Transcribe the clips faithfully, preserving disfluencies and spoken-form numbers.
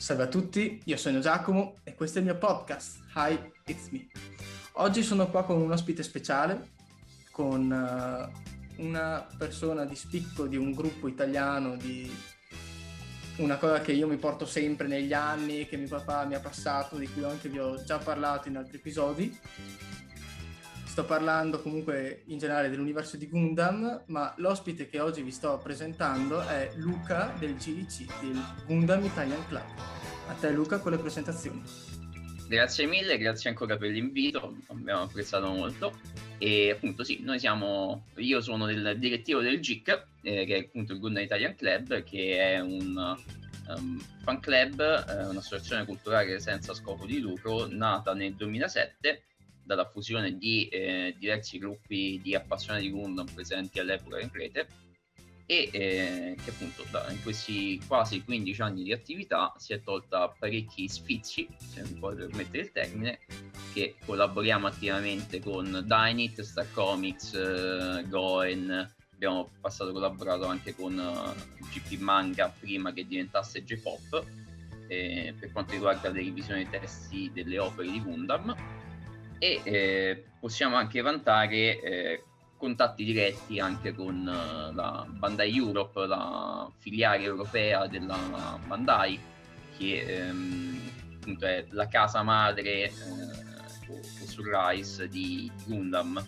Salve a tutti, io sono Giacomo e questo è il mio podcast, Hi, It's Me. Oggi sono qua con un ospite speciale, con uh, una persona di spicco di un gruppo italiano, di una cosa che io mi porto sempre negli anni, che mio papà mi ha passato, di cui anche vi ho già parlato in altri episodi. Sto parlando comunque in generale dell'universo di Gundam, ma l'ospite che oggi vi sto presentando è Luca del G D C, del Gundam Italian Club. A te Luca con le presentazioni. Grazie mille, grazie ancora per l'invito, abbiamo apprezzato molto. E appunto sì, noi siamo, io sono del direttivo del G I C, eh, che è appunto il Gundam Italian Club, che è un um, fan club, eh, un'associazione culturale senza scopo di lucro, nata nel duemilasette dalla fusione di eh, diversi gruppi di appassionati di Gundam presenti all'epoca in rete, e eh, che appunto da, in questi quasi quindici anni di attività si è tolta parecchi sfizi, se mi può permettere il termine, che collaboriamo attivamente con Dynit, Star Comics, eh, Goen, abbiamo passato collaborato anche con uh, G P Manga prima che diventasse J-Pop, eh, per quanto riguarda le revisioni dei testi delle opere di Gundam, e eh, possiamo anche vantare eh, contatti diretti anche con uh, la Bandai Europe, la filiale europea della Bandai, che ehm, appunto è la casa madre eh, o, o Sunrise di Gundam.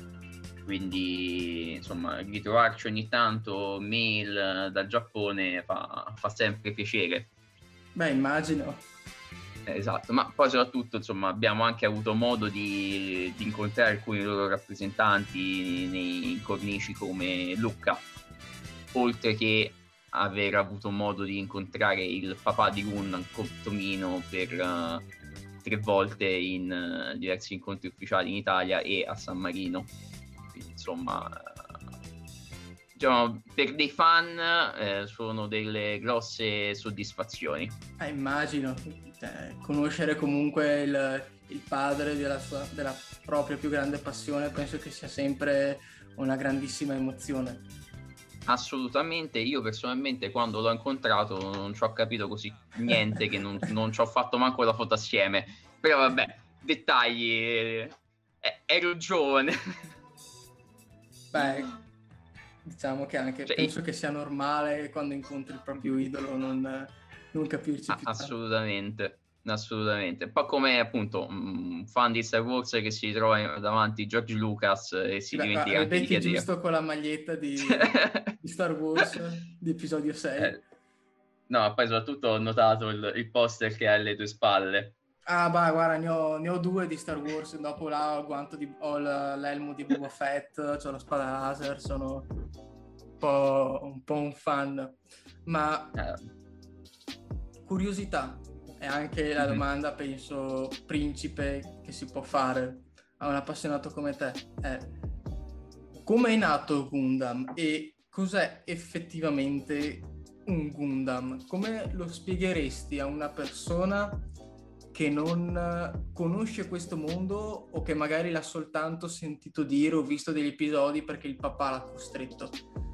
Quindi insomma ritrovarci ogni tanto mail dal Giappone fa, fa sempre piacere. Beh, immagino. Esatto, ma poi soprattutto insomma abbiamo anche avuto modo di, di incontrare alcuni loro rappresentanti nei cornici come Lucca, oltre che aver avuto modo di incontrare il papà di Gundam Tomino per uh, tre volte in uh, diversi incontri ufficiali in Italia e a San Marino. Quindi insomma uh, diciamo, per dei fan eh, sono delle grosse soddisfazioni. Eh, immagino, eh, conoscere comunque il, il padre della, sua, della propria più grande passione penso che sia sempre una grandissima emozione. Assolutamente, io personalmente quando l'ho incontrato non ci ho capito così niente che non, non ci ho fatto manco la foto assieme, però vabbè, dettagli, eh, ero giovane. Beh, diciamo che anche Cioè, penso che sia normale quando incontri il proprio idolo non, non capirci più tanto. Assolutamente, assolutamente. Un po' come appunto un fan di Star Wars che si trova davanti George Lucas e si Beh, dimentica anche di becchi chiedere. giusto con la maglietta di, di Star Wars di episodio sei. Eh, no, poi soprattutto ho notato il, il poster che hai alle tue spalle. Ah, bah, guarda, ne ho, ne ho due di Star Wars. Dopo là ho il guanto di, ho l'elmo di Boba Fett, ho la spada laser, sono un po' un, po' un fan. Ma Eh. curiosità è anche la Mm-hmm. domanda, penso, principe che si può fare a un appassionato come te. È come è nato Gundam e cos'è effettivamente un Gundam? Come lo spiegheresti a una persona che non conosce questo mondo o che magari l'ha soltanto sentito dire o visto degli episodi perché il papà l'ha costretto?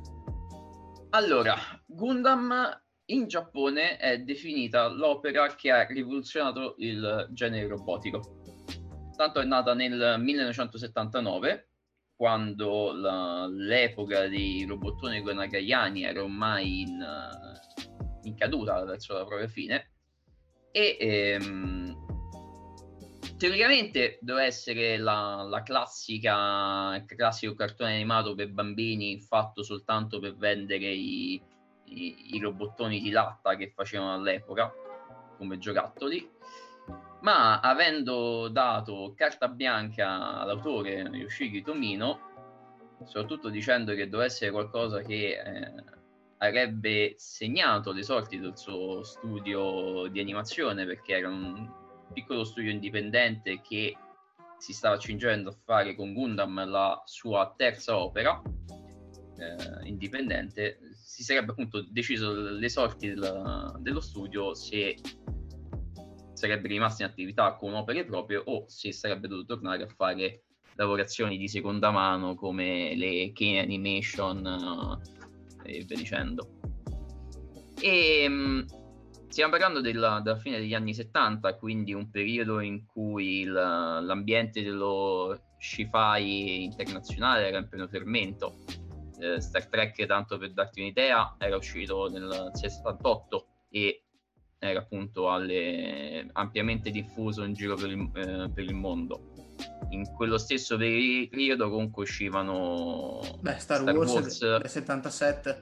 Allora, Gundam in Giappone è definita l'opera che ha rivoluzionato il genere robotico. Tanto è nata nel millenovecentosettantanove, quando la, l'epoca dei robottoni gonagaiani era ormai in, in caduta verso la propria fine, e ehm, teoricamente doveva essere la, la classica il classico cartone animato per bambini fatto soltanto per vendere i, i, i robottoni di latta che facevano all'epoca come giocattoli, ma avendo dato carta bianca all'autore Yoshiki Tomino, soprattutto dicendo che doveva essere qualcosa che eh, avrebbe segnato le sorti del suo studio di animazione, perché era un piccolo studio indipendente che si stava accingendo a fare con Gundam la sua terza opera eh, indipendente, si sarebbe appunto deciso le sorti del, dello studio se sarebbe rimasto in attività con opere proprie o se sarebbe dovuto tornare a fare lavorazioni di seconda mano come le Kane Animation uh, e via dicendo. E Stiamo parlando della, della fine degli anni settanta, quindi un periodo in cui il, l'ambiente dello sci-fi internazionale era in pieno fermento. Eh, Star Trek, tanto per darti un'idea, era uscito nel sessantotto e era appunto alle, ampiamente diffuso in giro per il, eh, per il mondo. In quello stesso periodo comunque uscivano Beh, Star, Star Wars, Wars del settantasette.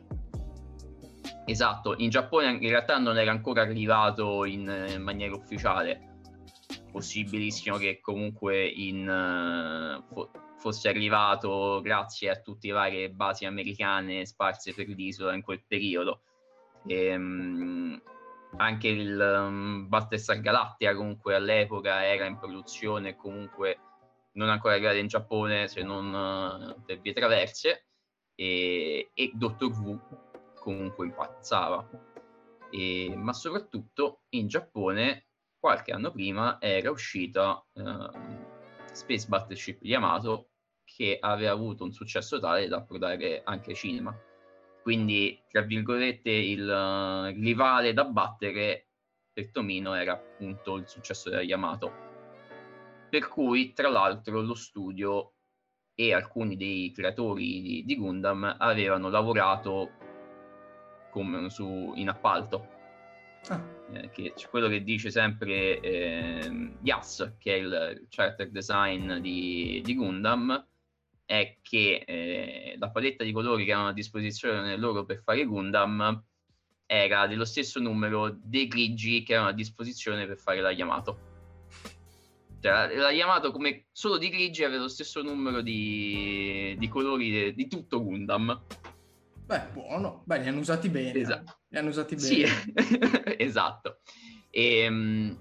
Esatto, in Giappone in realtà non era ancora arrivato in, in maniera ufficiale. Possibilissimo che comunque in, uh, fo- fosse arrivato grazie a tutte le varie basi americane sparse per l'isola in quel periodo. E, um, anche il um, Battlestar Galactica comunque all'epoca era in produzione e comunque non ancora arrivato in Giappone se non uh, per vie traverse, e, e Doctor Who comunque impazzava. E, ma soprattutto in Giappone qualche anno prima era uscita uh, Space Battleship Yamato, che aveva avuto un successo tale da approdare anche ai cinema. Quindi, tra virgolette, il uh, rivale da battere per Tomino era appunto il successo della Yamato. Per cui, tra l'altro, lo studio e alcuni dei creatori di, di Gundam avevano lavorato come su, in appalto. Ah. Eh, che c'è quello che dice sempre eh, Yas, che è il character design di, di Gundam, è che eh, la paletta di colori che avevano a disposizione loro per fare Gundam era dello stesso numero dei grigi che erano a disposizione per fare la Yamato. Cioè la, la Yamato come solo di grigi aveva lo stesso numero di, di colori de, di tutto Gundam. Beh, buono. Beh, li hanno usati bene. Esatto. Li hanno usati bene. Sì, esatto. E,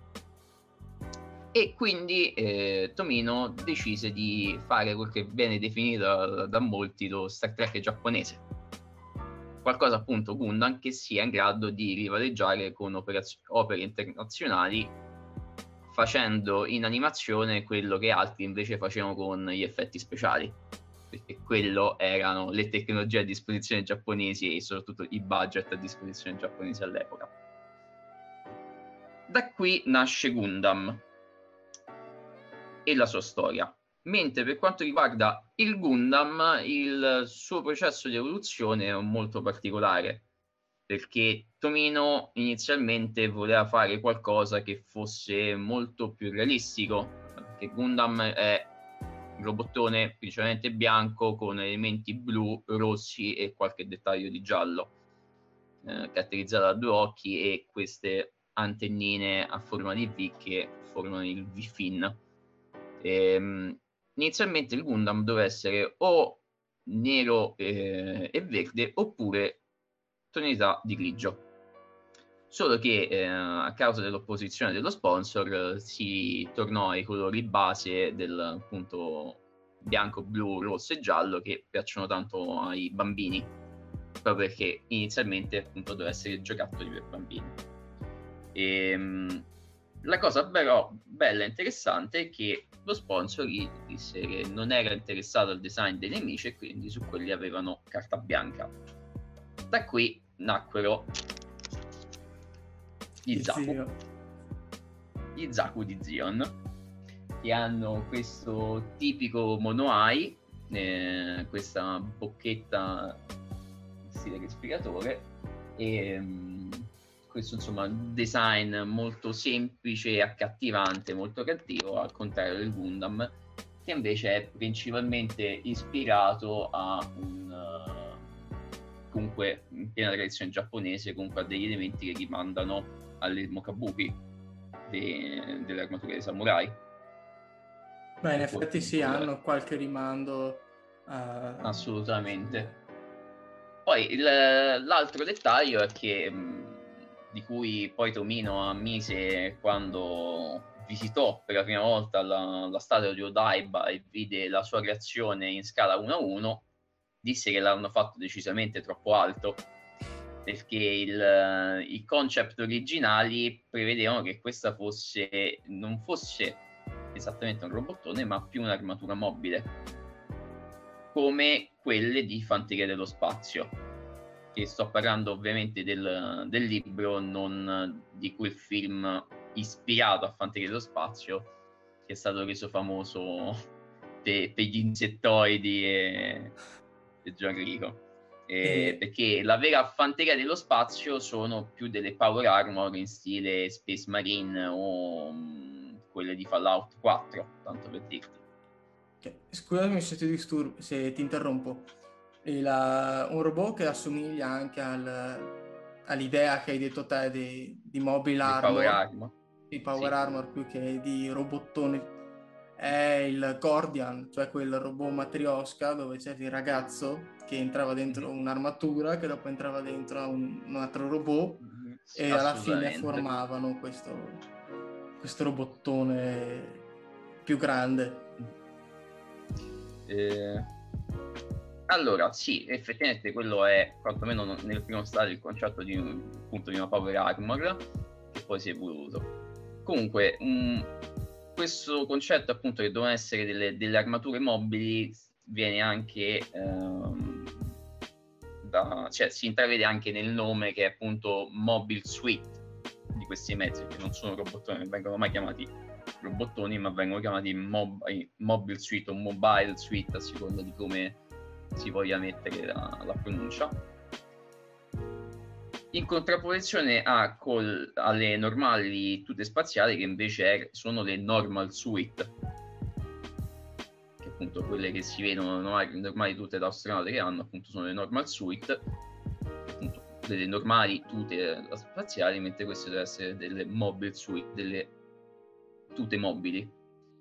e quindi eh, Tomino decise di fare quel che viene definito da, da molti lo Star Trek giapponese. Qualcosa appunto Gundam che sia in grado di rivaleggiare con operaz- opere internazionali, facendo in animazione quello che altri invece facevano con gli effetti speciali, perché quello erano le tecnologie a disposizione giapponesi e soprattutto i budget a disposizione giapponesi all'epoca. Da qui nasce Gundam e la sua storia. Mentre per quanto riguarda il Gundam, il suo processo di evoluzione è molto particolare, perché Tomino inizialmente voleva fare qualcosa che fosse molto più realistico, perché Gundam è un robottone principalmente bianco con elementi blu, rossi e qualche dettaglio di giallo, eh, caratterizzato da due occhi e queste antennine a forma di V che formano il V-fin. Ehm, inizialmente il Gundam doveva essere o nero eh, e verde oppure tonalità di grigio, solo che eh, a causa dell'opposizione dello sponsor eh, si tornò ai colori base del appunto bianco, blu, rosso e giallo che piacciono tanto ai bambini, proprio perché inizialmente appunto doveva essere giocattoli per bambini. E, la cosa però bella e interessante è che lo sponsor gli disse che non era interessato al design dei nemici e quindi su quelli avevano carta bianca. Da qui nacquero gli Zaku, gli Zaku di Zion, che hanno questo tipico mono-eye, eh, questa bocchetta in stile respiratore e um, questo insomma design molto semplice e accattivante, molto cattivo, al contrario del Gundam, che invece è principalmente ispirato a un uh, comunque in piena tradizione giapponese, comunque a degli elementi che rimandano all'Ilmo Kabuki de, delle armature dei samurai. Beh, in effetti sì, hanno qualche rimando uh... assolutamente. Poi il, l'altro dettaglio è che mh, di cui poi Tomino ammise quando visitò per la prima volta la, la statua di Odaiba e vide la sua creazione in scala uno a uno, disse che l'hanno fatto decisamente troppo alto, perché il, i concept originali prevedevano che questa fosse non fosse esattamente un robottone, ma più un'armatura mobile, come quelle di Fanteria dello Spazio. che sto parlando ovviamente del, del libro, non di quel film ispirato a Fanteria dello Spazio, che è stato reso famoso per, per gli insettoidi e, e Gianrico. Eh, E... perché la vera Fanteria dello Spazio sono più delle power armor in stile Space Marine o mh, quelle di Fallout quattro, tanto per dirti. Scusami se ti disturbo, se ti interrompo. E la- un robot che assomiglia anche al- all'idea che hai detto te di, di Mobile Le power Armor, armor. di Power Sì. Armor più che di robottone, è il Gordian, cioè quel robot matriosca dove c'era il ragazzo che entrava dentro Mm-hmm. un'armatura, che dopo entrava dentro un, un altro robot Mm-hmm. e alla fine Assolutamente. formavano questo, questo robottone più grande. Eh, allora, sì, effettivamente quello è, quantomeno nel primo stadio, il concetto di, un, appunto, di una power armor che poi si è evoluto. Comunque, um, questo concetto appunto che devono essere delle, delle armature mobili viene anche ehm, da, cioè si intravede anche nel nome, che è appunto Mobile Suite di questi mezzi, che non sono robottoni, non vengono mai chiamati robottoni, ma vengono chiamati mob- Mobile Suite o Mobile Suite, a seconda di come si voglia mettere la, la pronuncia, in contrapposizione a col, alle normali tute spaziali, che invece sono le Normal Suite, che appunto quelle che si vedono normali, normali tute da astronauti che hanno, appunto sono le Normal Suite, appunto delle normali tute spaziali, mentre queste devono essere delle Mobile Suite, delle tute mobili.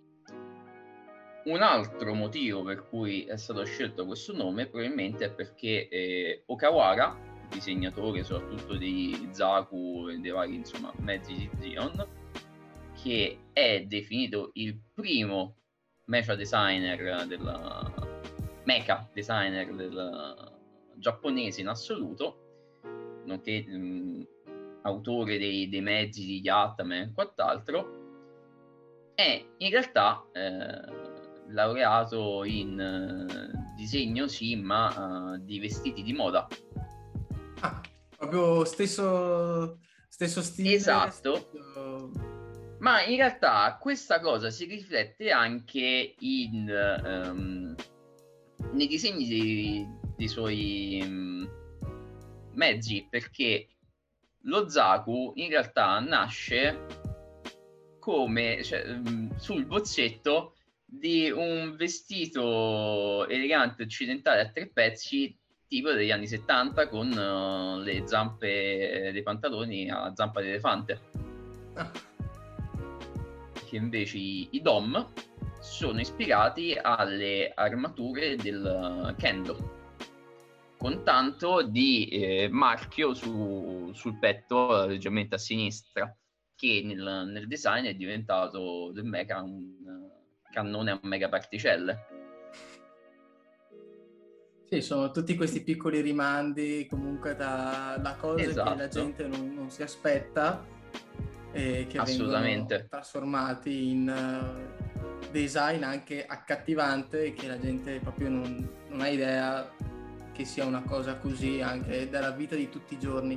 Un altro motivo per cui è stato scelto questo nome probabilmente è perché eh, Okawara, disegnatore soprattutto di Zaku e dei vari insomma mezzi di Zeon, che è definito il primo mecha designer della mecha designer del giapponese in assoluto, nonché mh, autore dei, dei mezzi di Yatame e quant'altro, è in realtà eh, laureato in uh, disegno, sì, ma uh, di vestiti di moda. Ah, proprio stesso, stesso stile. Esatto. Stesso... Ma in realtà questa cosa si riflette anche in, um, nei disegni dei, dei suoi um, mezzi, perché lo Zaku in realtà nasce come, cioè, um, sul bozzetto di un vestito elegante occidentale a tre pezzi tipo degli anni settanta, con uh, le zampe dei pantaloni a zampa di elefante. Ah. Che invece i, i Dom sono ispirati alle armature del Kendo, con tanto di eh, marchio su, sul petto leggermente a sinistra, che nel, nel design è diventato del mecha un cannone a megaparticelle. Sì, sono tutti questi piccoli rimandi comunque da, da cose Esatto. che la gente non, non si aspetta e che assolutamente vengono trasformati in uh, design anche accattivante, che la gente proprio non, non ha idea che sia una cosa così anche dalla vita di tutti i giorni.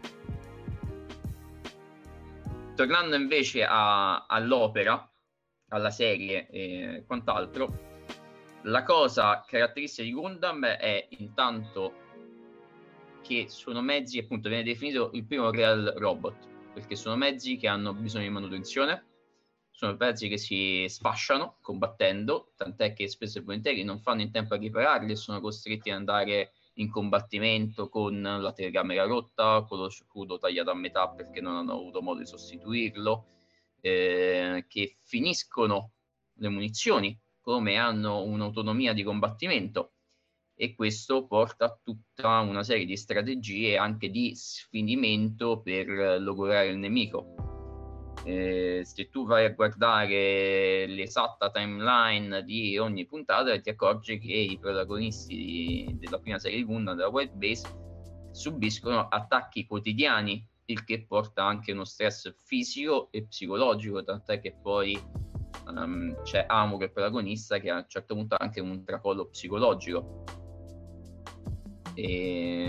Tornando invece a, all'opera, alla serie e quant'altro, la cosa caratteristica di Gundam è intanto che sono mezzi, appunto viene definito il primo real robot, perché sono mezzi che hanno bisogno di manutenzione, sono mezzi che si sfasciano combattendo, tant'è che spesso e volentieri non fanno in tempo a ripararli e sono costretti ad andare in combattimento con la telecamera rotta, con lo scudo tagliato a metà perché non hanno avuto modo di sostituirlo, eh, che finiscono le munizioni, come hanno un'autonomia di combattimento, e questo porta a tutta una serie di strategie anche di sfinimento per logorare il nemico. Eh, se tu vai a guardare l'esatta timeline di ogni puntata, ti accorgi che i protagonisti di, della prima serie di Gundam, della White Base, subiscono attacchi quotidiani, il che porta anche uno stress fisico e psicologico, tant'è che poi um, c'è Amo, che è il protagonista, che a un certo punto ha anche un tracollo psicologico. E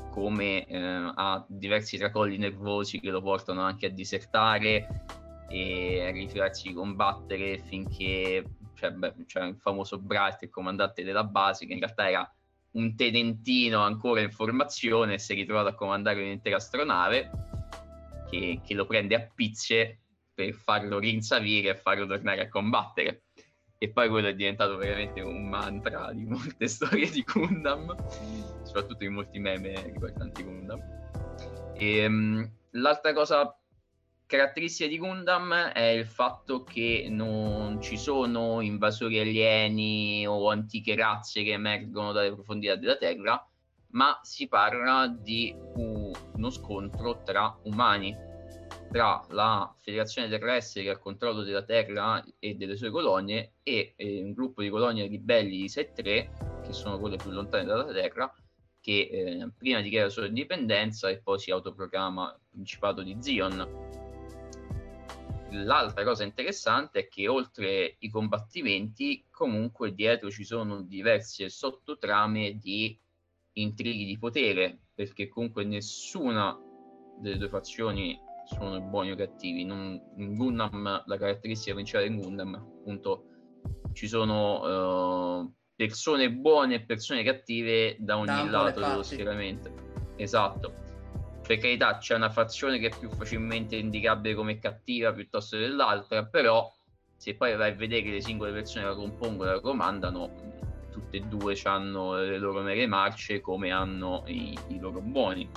come eh, ha diversi tracolli nervosi che lo portano anche a disertare e a rifiutarsi di combattere finché cioè, beh, c'è il famoso Bright, il comandante della base, che in realtà era un tenentino ancora in formazione e si è ritrovato a comandare un'intera astronave che, che lo prende a pizze per farlo rinsavire e farlo tornare a combattere. E poi quello è diventato veramente un mantra di molte storie di Gundam, soprattutto in molti meme riguardanti Gundam. E, um, l'altra cosa caratteristica di Gundam è il fatto che non ci sono invasori alieni o antiche razze che emergono dalle profondità della Terra, ma si parla di uno scontro tra umani, tra la Federazione Terrestre che ha il controllo della Terra e delle sue colonie e, e un gruppo di colonie ribelli di sei tre, che sono quelle più lontane dalla Terra, che eh, prima dichiara la sua indipendenza e poi si autoproclama Principato di Zion. L'altra cosa interessante è che oltre i combattimenti comunque dietro ci sono diverse sottotrame di intrighi di potere, perché comunque nessuna delle due fazioni sono buoni o cattivi. Non, in Gundam la caratteristica principale di Gundam appunto ci sono uh, persone buone e persone cattive da ogni da lato dello schieramento. Esatto, per carità c'è una fazione che è più facilmente indicabile come cattiva piuttosto dell'altra, però se poi vai a vedere le singole persone che la compongono e la comandano, tutte e due hanno le loro mere marce come hanno i, i loro buoni.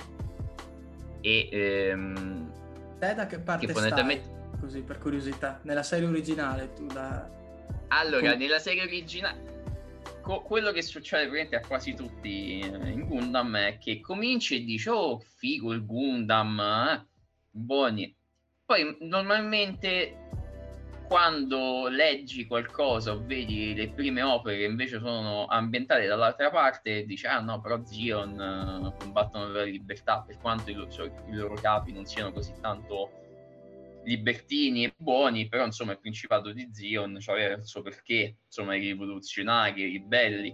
E ehm, te da che parte che fondamentalmente... stai? Così per curiosità, nella serie originale tu da... Allora, Com... nella serie originale co- quello che succede praticamente a quasi tutti in Gundam è che cominci e dici oh figo il Gundam, eh? Buoni. Poi normalmente quando leggi qualcosa o vedi le prime opere che invece sono ambientate dall'altra parte, dici ah no, però Zion uh, combattono per la libertà, per quanto i, cioè, i loro capi non siano così tanto libertini e buoni, però insomma il Principato di Zion cioè, aveva il suo perché, insomma i rivoluzionari, i ribelli.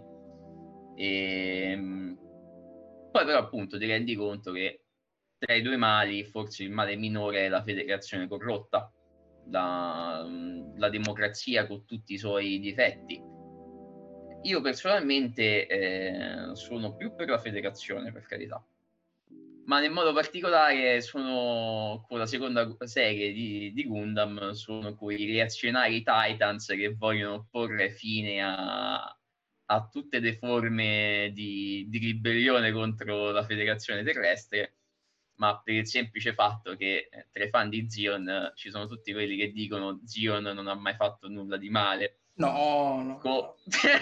E poi però appunto ti rendi conto che tra i due mali forse il male minore è la federazione corrotta, La, la democrazia con tutti i suoi difetti. Io personalmente eh, sono più per la federazione, per carità, ma nel modo particolare sono con la seconda serie di, di Gundam, sono quei reazionari Titans che vogliono porre fine a, a tutte le forme di, di ribellione contro la federazione terrestre, ma per il semplice fatto che tra i fan di Zion ci sono tutti quelli che dicono Zion non ha mai fatto nulla di male. No, no, Co- no.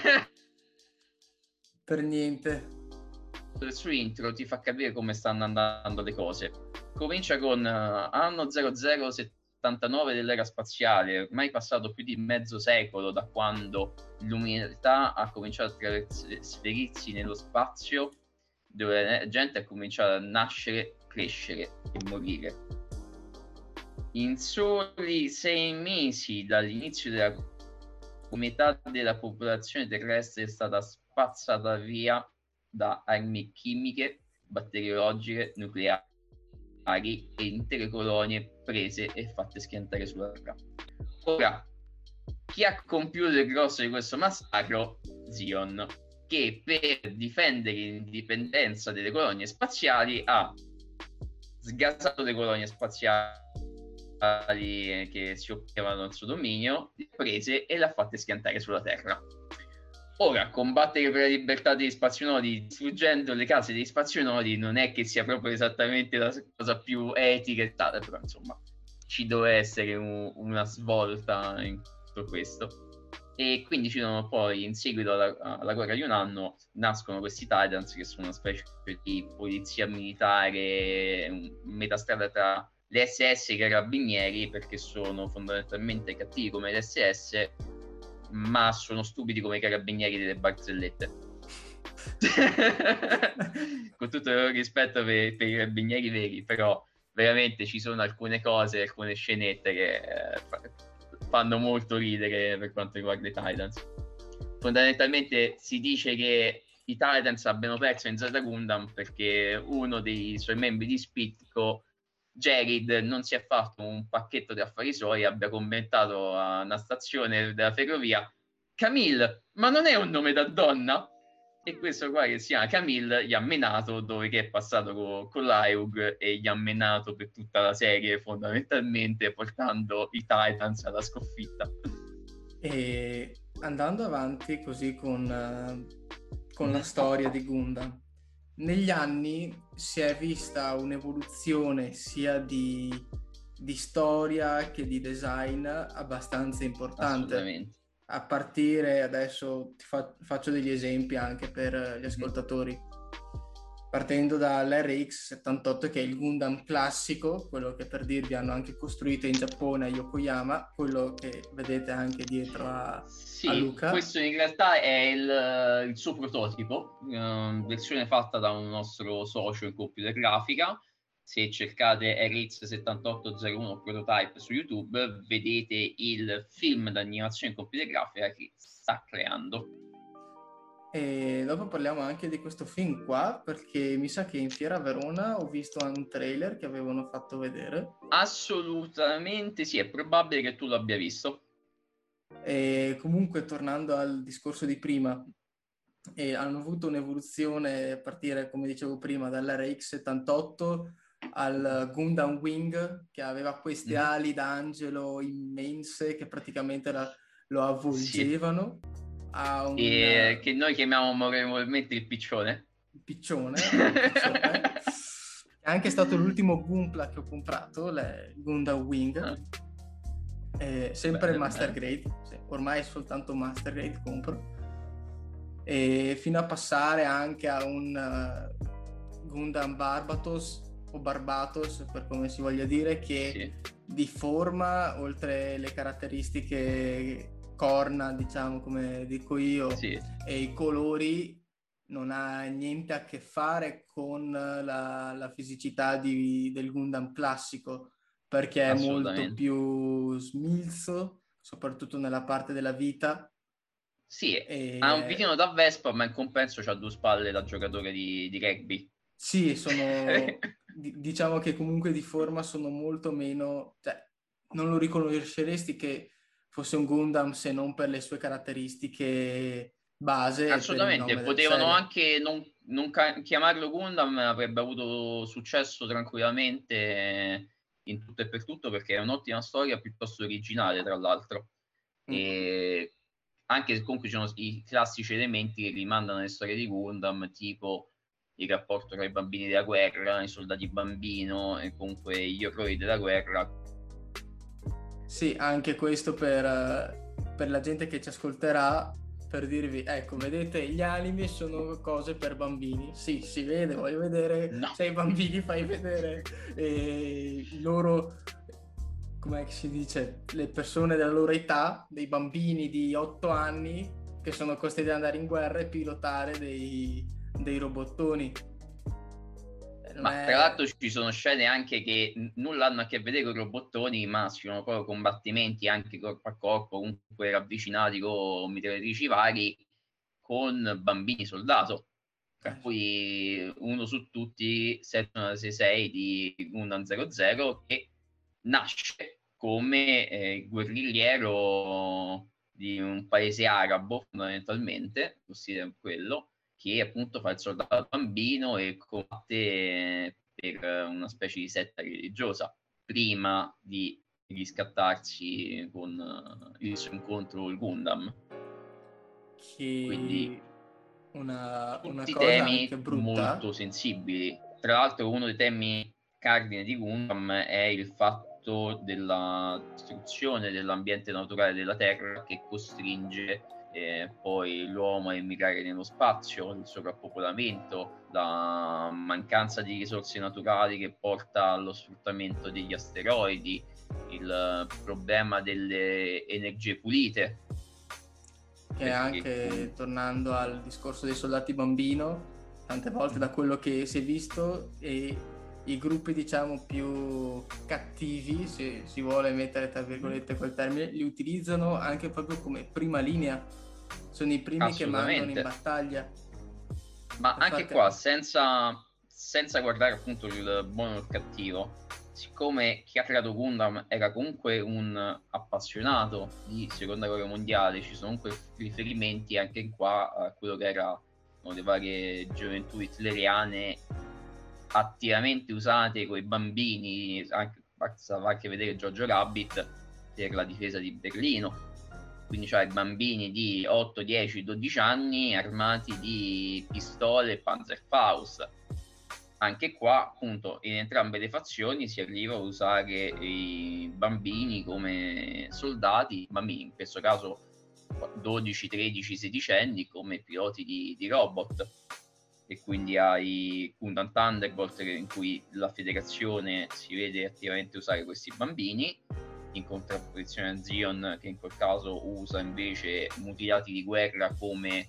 Per niente. Il suo intro ti fa capire come stanno andando le cose. Comincia con uh, anno zero zero settantanove dell'era spaziale, ormai passato più di mezzo secolo da quando l'umanità ha cominciato a trasferirsi nello spazio, dove la gente ha cominciato a nascere, crescere e morire. In soli sei mesi dall'inizio della metà della popolazione terrestre è stata spazzata via da armi chimiche, batteriologiche, nucleari e intere colonie prese e fatte schiantare sulla Terra. Ora, chi ha compiuto il grosso di questo massacro? Zion, che per difendere l'indipendenza delle colonie spaziali ha sgasato le colonie spaziali che si opponevano al suo dominio, le ha prese e le ha fatte schiantare sulla Terra. Ora, combattere per la libertà degli spazionodi distruggendo le case degli spazionodi non è che sia proprio esattamente la cosa più etica e tale, però insomma ci deve essere un, una svolta in tutto questo. E quindi ci sono poi, in seguito alla, alla guerra di un anno, nascono questi Titans che sono una specie di polizia militare, metà strada tra le S S e i carabinieri, perché sono fondamentalmente cattivi come le S S, ma sono stupidi come i carabinieri delle barzellette. Con tutto il rispetto per, per i carabinieri veri, però veramente ci sono alcune cose, alcune scenette che eh, fanno molto ridere per quanto riguarda i Titans. Fondamentalmente si dice che i Titans abbiano perso in Zeta Gundam perché uno dei suoi membri di spicco, Jared, non si è fatto un pacchetto di affari suoi e abbia commentato a una stazione della ferrovia: Camille, ma non è un nome da donna? E questo qua, che si chiama Camille, gli ha menato, dove che è passato con, con l'Aeug, e gli ha menato per tutta la serie, fondamentalmente portando i Titans alla sconfitta. E andando avanti così con, uh, con la storia di Gundam, negli anni si è vista un'evoluzione sia di, di storia che di design abbastanza importante. Assolutamente. A partire, adesso ti fa, faccio degli esempi anche per gli ascoltatori, partendo dall'R X settantotto, che è il Gundam classico, quello che, per dirvi, hanno anche costruito in Giappone a Yokoyama, quello che vedete anche dietro a, sì, a Luca. Questo in realtà è il, il suo prototipo, uh, versione fatta da un nostro socio in computer grafica. Se cercate R X settantotto zero uno Prototype su YouTube, vedete il film d'animazione in computer grafica che sta creando. E dopo parliamo anche di questo film qua, perché mi sa che in Fiera Verona ho visto un trailer che avevano fatto vedere. Assolutamente sì, è probabile che tu l'abbia visto. E comunque, tornando al discorso di prima, e hanno avuto un'evoluzione a partire, come dicevo prima, dall'R X settantotto al Gundam Wing, che aveva queste mm-hmm. ali d'angelo immense che praticamente la, lo avvolgevano. Sì. A un, e che noi chiamiamo amorevolmente il piccione. Il piccione, il piccione. È anche stato l'ultimo Gunpla che ho comprato, il Gundam Wing. Ah. Eh, sempre bene, Master bene. Grade, sì, ormai soltanto Master Grade compro. E fino a passare anche a un uh, Gundam Barbatos o Barbatos, per come si voglia dire, che sì. Di forma, oltre le caratteristiche corna, diciamo, come dico io, sì. E i colori, non ha niente a che fare con la, la fisicità di, del Gundam classico, perché è molto più smilzo, soprattutto nella parte della vita. Sì, e... ha un pitino da Vespa, ma in compenso c'ha due spalle da giocatore di, di rugby. Sì, sono d- diciamo che comunque di forma sono molto meno, cioè non lo riconosceresti che fosse un Gundam se non per le sue caratteristiche base. Assolutamente, potevano anche non, non ca- chiamarlo Gundam, avrebbe avuto successo tranquillamente in tutto e per tutto, perché è un'ottima storia piuttosto originale, tra l'altro. Mm. E anche se comunque ci sono i classici elementi che rimandano alle storie di Gundam, tipo il rapporto tra i bambini della guerra, i soldati bambino e comunque gli eroi della guerra. Sì, anche questo per, per la gente che ci ascolterà, per dirvi, ecco, vedete, gli anime sono cose per bambini. Sì, si vede, voglio vedere, no. Se i bambini fai vedere eh, i loro, come si dice, le persone della loro età, dei bambini di otto anni che sono costretti ad andare in guerra e pilotare dei, dei robottoni. Ma è... tra l'altro ci sono scene anche che n- nulla hanno a che vedere con i robottoni, ma ci sono proprio combattimenti anche corpo a corpo, comunque ravvicinati con mitragliatrici vari, con bambini soldato, tra cui uno su tutti settecentosettantasei di Gundam zero zero, che nasce come eh, guerrigliero di un paese arabo, fondamentalmente, così quello, che appunto fa il soldato bambino e combatte per una specie di setta religiosa prima di riscattarsi con il suo incontro con il Gundam. Che... Quindi una, una tutti cosa temi anche brutta, molto sensibili. Tra l'altro uno dei temi cardine di Gundam è il fatto della distruzione dell'ambiente naturale della Terra, che costringe eh, poi l'uomo a emigrare nello spazio, il sovrappopolamento, la mancanza di risorse naturali che porta allo sfruttamento degli asteroidi, il problema delle energie pulite. Che anche, tornando al discorso dei soldati bambino, tante volte da quello che si è visto, e i gruppi diciamo più cattivi, se si vuole mettere tra virgolette quel termine, li utilizzano anche proprio come prima linea, sono i primi che mandano in battaglia. Ma anche qua, senza, senza guardare appunto il buono o il cattivo, siccome chi ha creato Gundam era comunque un appassionato di seconda guerra mondiale, ci sono comunque riferimenti anche qua a quello che era no, le varie gioventù hitleriane attivamente usate con i bambini, anche, basta anche vedere Jojo Rabbit per la difesa di Berlino. Quindi c'hai bambini di otto, dieci, dodici anni armati di pistole e Panzerfaust. Anche qua, appunto, in entrambe le fazioni si arriva a usare i bambini come soldati, bambini in questo caso dodici, tredici, sedici anni come piloti di, di robot. E quindi hai Gundam Thunderbolt in cui la federazione si vede attivamente usare questi bambini, in contrapposizione a Zion che in quel caso usa invece mutilati di guerra come,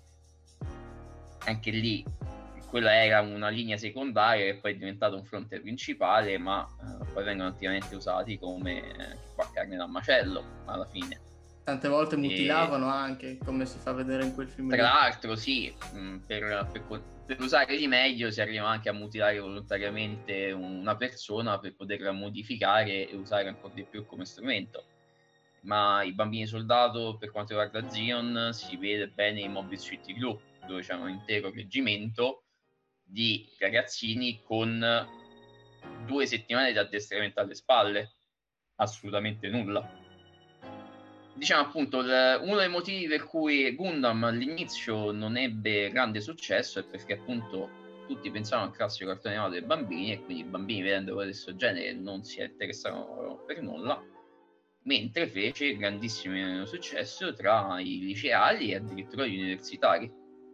anche lì quella era una linea secondaria che poi è diventata un fronte principale, ma eh, poi vengono attivamente usati come eh, qua, carne da macello alla fine. Tante volte mutilavano e... anche, come si fa vedere in quel film. Tra lì. l'altro sì, mh, per, per, per usare di meglio si arriva anche a mutilare volontariamente una persona per poterla modificare e usare ancora di più come strumento. Ma i bambini soldato, per quanto riguarda Zion, si vede bene in Mobile Suit Group, dove c'è un intero reggimento di ragazzini con due settimane di addestramento alle spalle, assolutamente nulla. Diciamo appunto, l- uno dei motivi per cui Gundam all'inizio non ebbe grande successo è perché appunto tutti pensavano al classico cartone animato dei bambini e quindi i bambini vedendo questo genere non si interessavano per nulla, mentre fece grandissimo successo tra i liceali e addirittura gli universitari.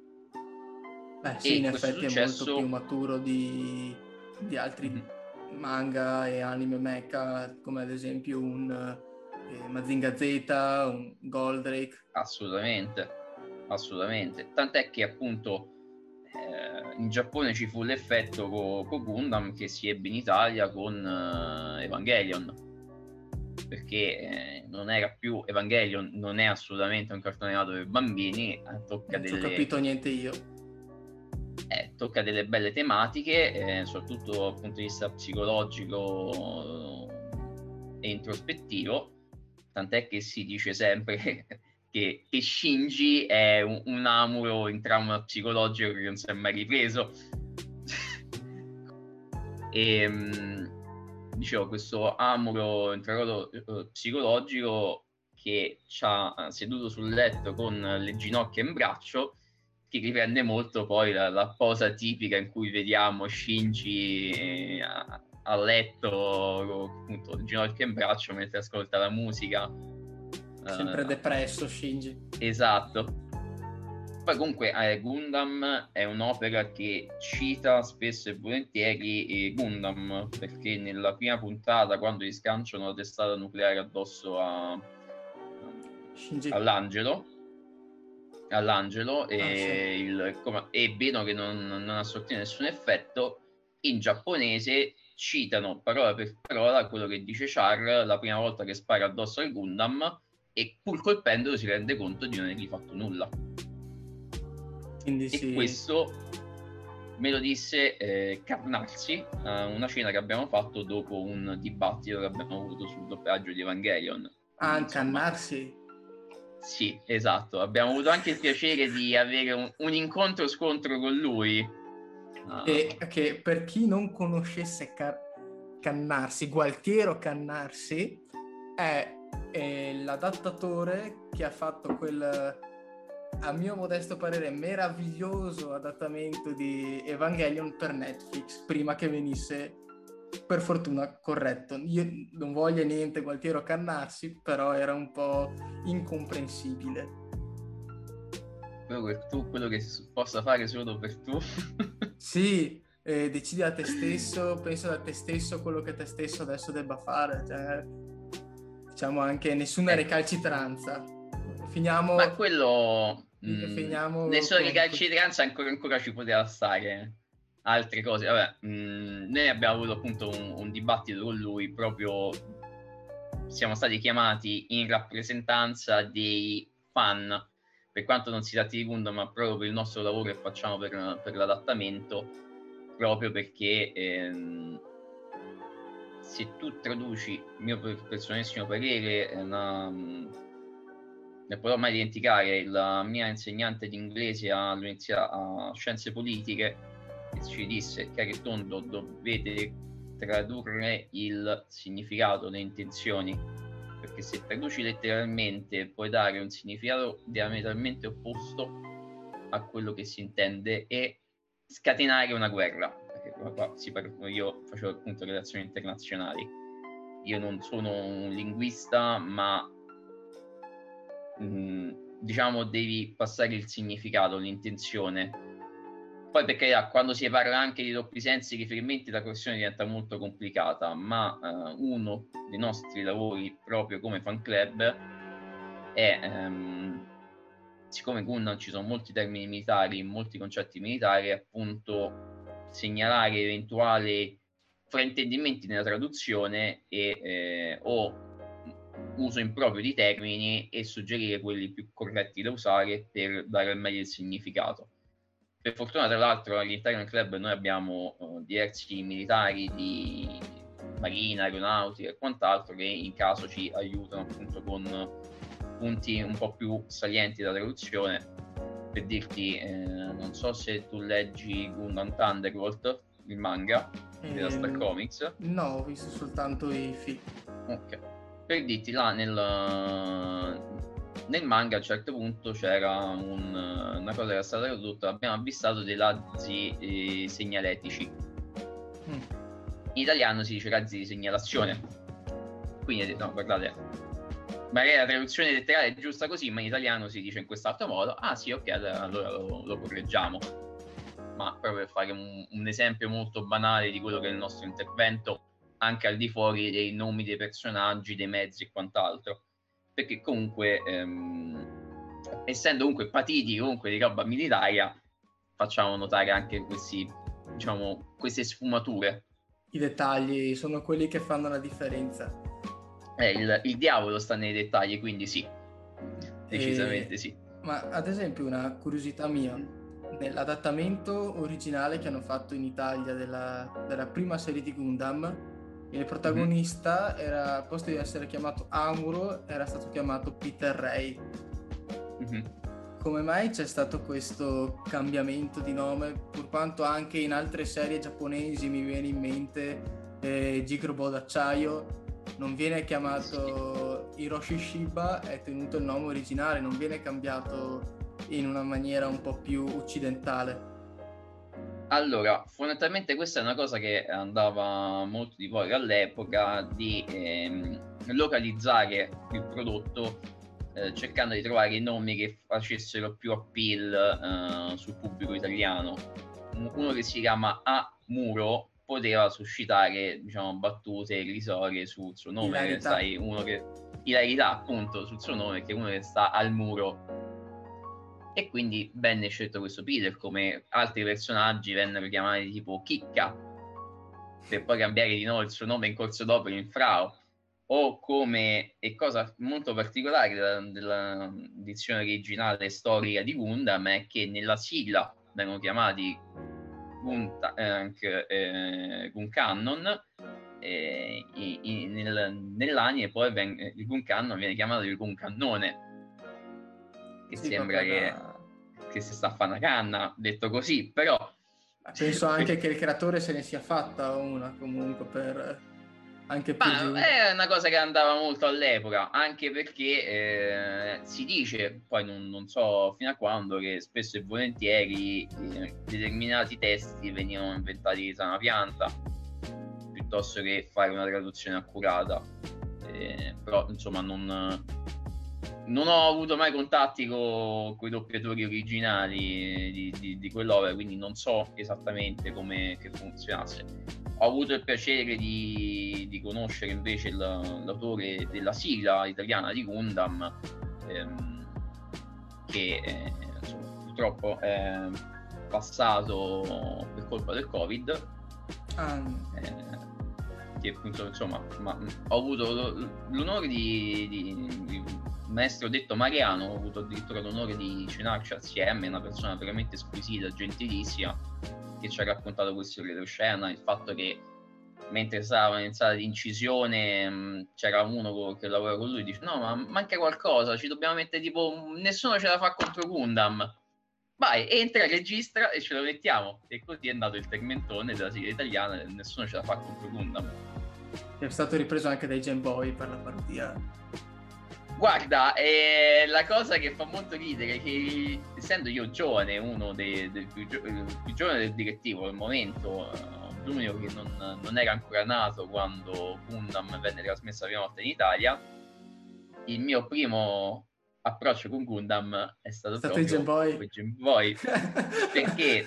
Beh sì, e in effetti successo... è molto più maturo di, di altri mm-hmm. manga e anime mecha, come ad esempio un eh, Mazinga Z, un Goldrake. Assolutamente, assolutamente. Tant'è che appunto eh, in Giappone ci fu l'effetto con co Gundam che si ebbe in Italia con eh, Evangelion, perché eh, non era più Evangelion, non è assolutamente un cartone animato per bambini, tocca non delle... ci ho capito niente io. Eh, tocca delle belle tematiche, eh, soprattutto dal punto di vista psicologico e introspettivo, tant'è che si dice sempre che, che Shinji è un, un Amuro in trauma psicologico che non si è mai ripreso. E dicevo, questo Amuro in trauma uh, psicologico che c'ha seduto sul letto con le ginocchia in braccio, che riprende molto poi la, la posa tipica in cui vediamo Shinji eh, a, a letto, appunto, il ginocchio in braccio mentre ascolta la musica. Sempre uh, depresso Shinji. Esatto. Poi comunque eh, Gundam è un'opera che cita spesso e volentieri eh, Gundam, perché nella prima puntata, quando gli sganciano la testata nucleare addosso a, Shinji. all'angelo all'angelo e, ah, sì. il, come, e vedono che non, non ha sortito nessun effetto, in giapponese citano parola per parola quello che dice Char la prima volta che spara addosso al Gundam e pur colpendolo si rende conto di non avergli fatto nulla. Quindi e sì. Questo me lo disse eh, Carnarsi a una cena che abbiamo fatto dopo un dibattito che abbiamo avuto sul doppiaggio di Evangelion. Ah, insomma, Carnarsi? Sì, esatto. Abbiamo avuto anche il piacere di avere un, un incontro-scontro con lui. Uh. E che per chi non conoscesse Car- Cannarsi, Gualtiero Cannarsi è, è l'adattatore che ha fatto quel, a mio modesto parere, meraviglioso adattamento di Evangelion per Netflix, prima che venisse, per fortuna, corretto. Io non voglio niente Gualtiero Cannarsi, però era un po' incomprensibile. Quello che tu, quello che possa fare solo per tu. Sì, eh, decidi da te stesso, penso da te stesso quello che te stesso adesso debba fare. Cioè, diciamo anche nessuna ecco. recalcitranza. Finiamo... Ma quello... Finiamo mh, nessuna con... recalcitranza ancora, ancora ci poteva stare. Altre cose, vabbè, mh, noi abbiamo avuto appunto un, un dibattito con lui, proprio siamo stati chiamati in rappresentanza dei fan per quanto non si tratti di Gundam, ma proprio per il nostro lavoro che facciamo per, per l'adattamento, proprio perché ehm, se tu traduci, il mio personalissimo parere, è una, non potrò mai dimenticare la mia insegnante di inglese all'università a Scienze Politiche, che ci disse: chiaro e tondo, dovete tradurre il significato, le intenzioni, perché se traduci letteralmente puoi dare un significato diametralmente opposto a quello che si intende e scatenare una guerra. Perché qua si parla, io facevo appunto relazioni internazionali, io non sono un linguista, ma mh, diciamo devi passare il significato, l'intenzione. Poi per carità, quando si parla anche di doppi sensi, riferimenti, la questione diventa molto complicata, ma uh, uno dei nostri lavori proprio come fan club è, um, siccome Gundam ci sono molti termini militari, molti concetti militari, appunto segnalare eventuali fraintendimenti nella traduzione e eh, o uso improprio di termini e suggerire quelli più corretti da usare per dare al meglio il significato. Per fortuna, tra l'altro, all'interno del club noi abbiamo uh, diversi militari di marina, aeronautica e quant'altro che in caso ci aiutano appunto con punti un po' più salienti da traduzione. Per dirti, eh, non so se tu leggi Gundam Thunderbolt, il manga eh, della Star Comics. No, ho visto soltanto i film. Ok. Per dirti, là nel, nel manga a un certo punto c'era un, una cosa che era stata tradotta, abbiamo avvistato dei razzi eh, segnaletici. Mm. In italiano si dice razzi di segnalazione. Quindi no, guardate, magari la traduzione letterale è giusta così, ma in italiano si dice in quest'altro modo. Ah sì, ok, allora lo, lo correggiamo. Ma proprio per fare un, un esempio molto banale di quello che è il nostro intervento, anche al di fuori dei nomi dei personaggi, dei mezzi e quant'altro, perché comunque ehm, essendo comunque patiti comunque di roba militaria, facciamo notare anche questi, diciamo, queste sfumature. I dettagli sono quelli che fanno la differenza. Eh, il, il diavolo sta nei dettagli, quindi sì, decisamente e... sì. Ma ad esempio una curiosità mia, nell'adattamento originale che hanno fatto in Italia della, della prima serie di Gundam, il protagonista mm-hmm. era, al posto di essere chiamato Amuro, era stato chiamato Peter Ray. Mm-hmm. Come mai c'è stato questo cambiamento di nome? Pur quanto anche in altre serie giapponesi mi viene in mente eh, Jigrobo d'acciaio, non viene chiamato Hiroshi Shiba, è tenuto il nome originale, non viene cambiato in una maniera un po' più occidentale. Allora, fondamentalmente questa è una cosa che andava molto di voga all'epoca, di ehm, localizzare il prodotto eh, cercando di trovare nomi che facessero più appeal eh, sul pubblico italiano. Uno che si chiama Amuro poteva suscitare, diciamo, battute irrisorie sul suo nome, ilarità. Sai, uno che ilarità appunto sul suo nome, che è uno che sta al muro. E quindi venne scelto questo Peter, come altri personaggi vennero chiamati tipo Chicca, per poi cambiare di nuovo il suo nome in corso d'opera in Frau, o come, e cosa molto particolare della, della edizione originale storica di Gundam, è che nella sigla vengono chiamati Guntank, eh, Guncannon, eh, nel, nell'anime poi ven- il Guncannon viene chiamato il Guncannone, che sì, sembra che, da... che si sta a fare una canna, detto così, però penso anche che il creatore se ne sia fatta una comunque per anche più ma è una cosa che andava molto all'epoca, anche perché eh, si dice, poi non, non so fino a quando, che spesso e volentieri eh, determinati testi venivano inventati di sana pianta piuttosto che fare una traduzione accurata, eh, però insomma non Non ho avuto mai contatti con i doppiatori originali di, di, di quell'opera, quindi non so esattamente come che funzionasse. Ho avuto il piacere di, di conoscere invece il, l'autore della sigla italiana di Gundam, ehm, che eh, insomma, purtroppo è passato per colpa del Covid. Ah. Eh, che appunto insomma ma, ho avuto l'onore di, di, di maestro detto Mariano, ho avuto addirittura l'onore di cenarci assieme, una persona veramente squisita, gentilissima, che ci ha raccontato questo retroscena, il fatto che mentre stava in sala di incisione mh, c'era uno che lavora con lui e dice no ma manca qualcosa, ci dobbiamo mettere tipo nessuno ce la fa contro Gundam, vai, entra, registra e ce lo mettiamo, e così è nato il tormentone della sigla italiana, nessuno ce la fa contro Gundam, è stato ripreso anche dai Game Boy per la parodia. Guarda, eh, la cosa che fa molto ridere è che essendo io giovane, uno dei, dei più, gio- più giovane del direttivo al momento, l'unico che non, non era ancora nato quando Gundam venne trasmessa la prima volta in Italia, il mio primo approccio con Gundam è stato, è stato proprio Game Boy. con Game Boy perché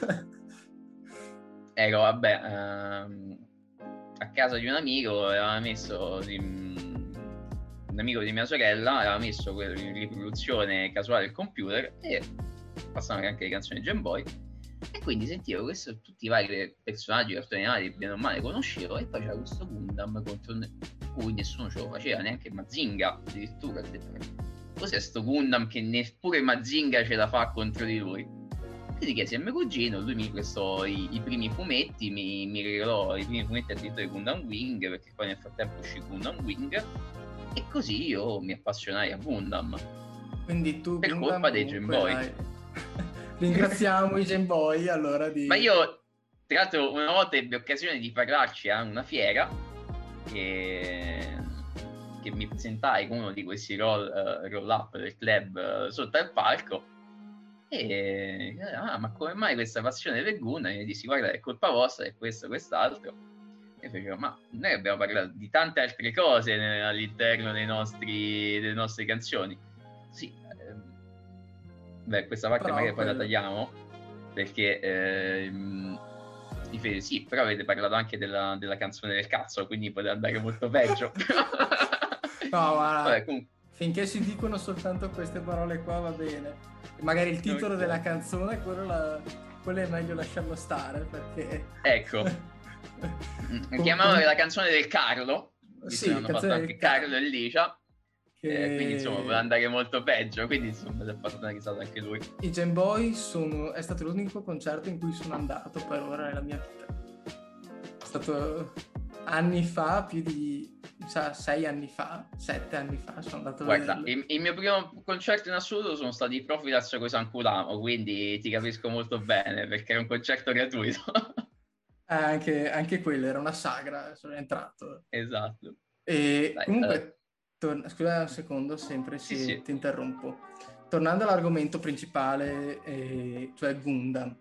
ero vabbè ehm, a casa di un amico, aveva messo di, un amico di mia sorella aveva messo in riproduzione casuale il computer e passavano anche le canzoni Game Boy, e quindi sentivo questo, tutti i vari personaggi cartoni animati bene o male conoscevo, e poi c'era questo Gundam contro cui nessuno ce lo faceva, neanche Mazinga addirittura. Ho detto cos'è sto Gundam che neppure Mazinga ce la fa contro di lui? Quindi chiesi a mio cugino, lui mi prestò i, i primi fumetti, mi, mi regalò i primi fumetti addirittura di Gundam Wing, perché poi nel frattempo uscì Gundam Wing, e così io mi appassionai a Gundam. Quindi tu per Gundam colpa dei Game Boy. Hai... Ringraziamo i Game Boy allora di... Ma io tra l'altro una volta ebbi occasione di parlarci a una fiera che, che mi presentai con uno di questi roll, uh, roll up del club uh, sotto al palco, e ah, ma come mai questa passione per Gundam? E gli dissi guarda è colpa vostra, è questo, quest'altro, e facevo ma noi abbiamo parlato di tante altre cose all'interno dei nostri, delle nostre canzoni. Sì, ehm, beh questa parte però magari poi la tagliamo perché ehm, Fede, sì, però avete parlato anche della, della canzone del cazzo, quindi poteva andare molto peggio. No, ma vabbè, comunque... finché si dicono soltanto queste parole qua va bene. Magari il titolo okay. della canzone, quello, la, quello è meglio lasciarlo stare perché... Ecco, chiamavano la canzone del Carlo, sì, hanno fatto anche Carlo, Carlo e Licia, che... eh, quindi insomma poteva andare molto peggio, quindi insomma si è fatto una risata anche lui. I Game Boy sono... è stato l'unico concerto in cui sono andato per ora nella mia vita. È stato anni fa, più di... Cioè, sei anni fa, sette anni fa sono andato a Guarda, il, il mio primo concerto in assoluto sono stati i Profilaz con San Curamo, quindi ti capisco molto bene perché era un concerto gratuito. eh, anche, anche quello era una sagra, sono entrato. Esatto. E Dai, comunque, allora... tor- scusa un secondo, sempre se sì, sì. ti interrompo. Tornando all'argomento principale, eh, cioè Gundam.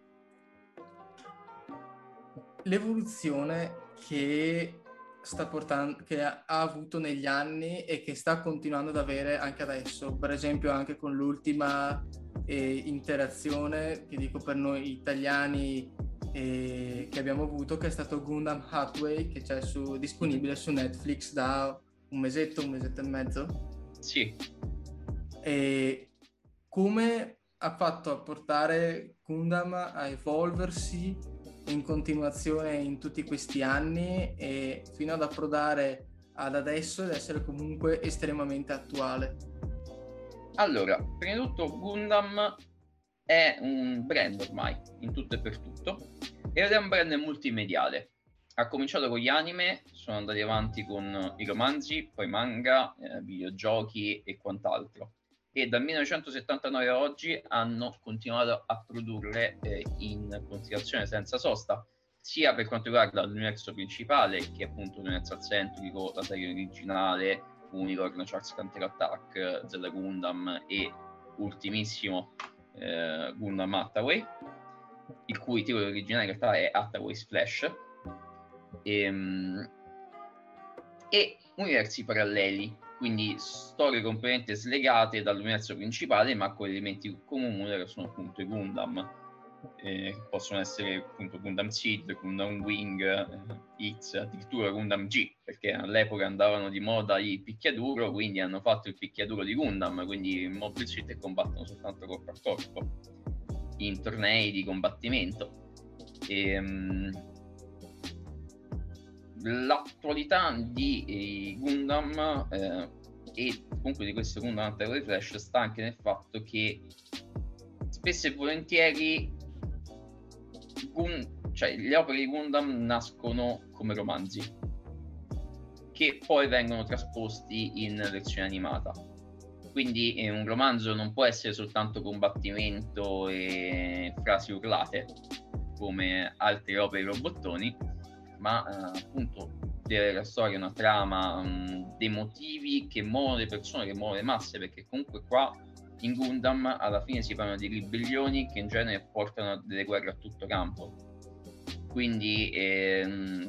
L'evoluzione che sta portando, che ha avuto negli anni e che sta continuando ad avere anche adesso, per esempio anche con l'ultima eh, interazione che dico per noi italiani eh, che abbiamo avuto, che è stato Gundam Hathaway, che c'è su, disponibile su Netflix da un mesetto, un mesetto e mezzo. Sì. E come ha fatto a portare Gundam a evolversi in continuazione in tutti questi anni e fino ad approdare ad adesso ed essere comunque estremamente attuale? Allora, prima di tutto Gundam è un brand ormai in tutto e per tutto ed è un brand multimediale. Ha cominciato con gli anime, sono andati avanti con i romanzi, poi manga, eh, videogiochi e quant'altro, e dal millenovecentosettantanove a oggi hanno continuato a produrre eh, in continuazione senza sosta, sia per quanto riguarda l'universo principale, che è appunto l'universo centrico, la serie originale, Unicorn, Charles Counter Attack, Zeta Gundam e ultimissimo eh, Gundam Hathaway, il cui titolo originale in realtà è Hathaway's Flash, e, e universi paralleli, quindi storie completamente slegate dall'universo principale ma con elementi comuni che sono appunto i Gundam, eh, che possono essere appunto Gundam Seed, Gundam Wing, eh, X, addirittura Gundam G, perché all'epoca andavano di moda i picchiaduro, quindi hanno fatto il picchiaduro di Gundam, quindi Mobile Suit e combattono soltanto corpo a corpo in tornei di combattimento. E, um, l'attualità di eh, Gundam eh, e comunque di questo Gundam Hunter Flash sta anche nel fatto che spesso e volentieri Gun- cioè, le opere di Gundam nascono come romanzi che poi vengono trasposti in versione animata. Quindi eh, un romanzo non può essere soltanto combattimento e frasi urlate come altre opere robottoni, ma eh, appunto deve avere la storia, una trama, mh, dei motivi che muovono le persone, che muovono le masse, perché comunque qua in Gundam alla fine si parlano di ribellioni che in genere portano a delle guerre a tutto campo. Quindi ehm,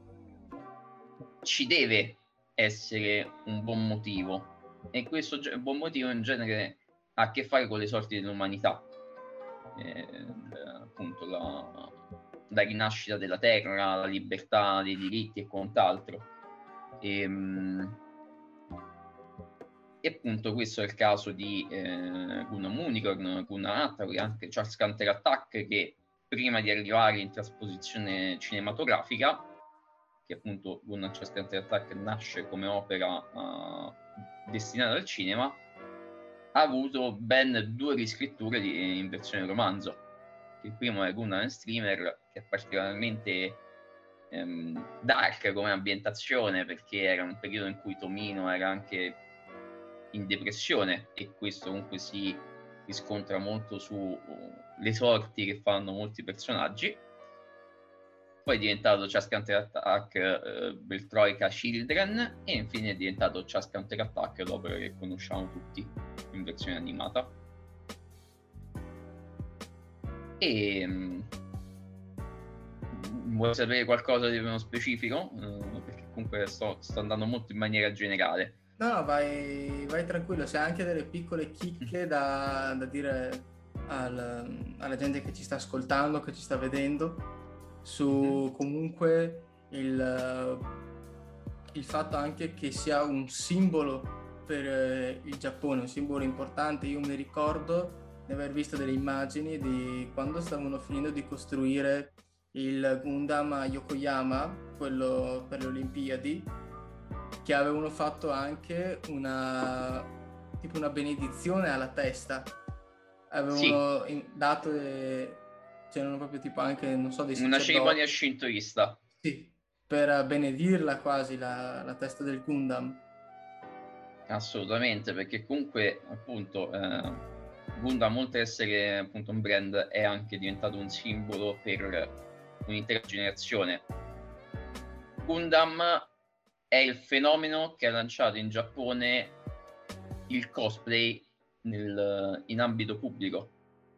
ci deve essere un buon motivo, e questo ge- buon motivo in genere ha a che fare con le sorti dell'umanità, eh, appunto la, la rinascita della terra, la libertà dei diritti e quant'altro. E, mh, e appunto questo è il caso di eh, Gundam Unicorn, Gundam Attack, anche Charles Counter Attack, che prima di arrivare in trasposizione cinematografica, che appunto Gundam Charles Counter Attack nasce come opera uh, destinata al cinema, ha avuto ben due riscritture di, in versione romanzo. Il primo è Gundam Streamer, che è particolarmente ehm, dark come ambientazione, perché era un periodo in cui Tomino era anche in depressione, e questo comunque si riscontra molto sulle sorti che fanno molti personaggi. Poi è diventato Charles Counter Attack eh, Beltroika Children, e infine è diventato Charles Counter Attack, l'opera che conosciamo tutti in versione animata. E mh, vuoi sapere qualcosa di uno specifico? Uh, perché comunque sto, sto andando molto in maniera generale. No, no, vai, vai tranquillo, se hai anche delle piccole chicche da, da dire al, alla gente che ci sta ascoltando, che ci sta vedendo, su mm-hmm. comunque il, il fatto anche che sia un simbolo per eh, il Giappone, un simbolo importante. Io mi ricordo di aver visto delle immagini di quando stavano finendo di costruire il Gundam a Yokoyama, quello per le Olimpiadi, che avevano fatto anche una tipo una benedizione alla testa, avevano sì. in, dato le, c'erano proprio tipo anche non so dei una cerimonia shintoista, sì, per benedirla quasi la, la testa del Gundam. Assolutamente, perché comunque appunto eh, Gundam, oltre ad essere appunto un brand, è anche diventato un simbolo per un'intera generazione. Gundam è il fenomeno che ha lanciato in Giappone il cosplay nel, in ambito pubblico.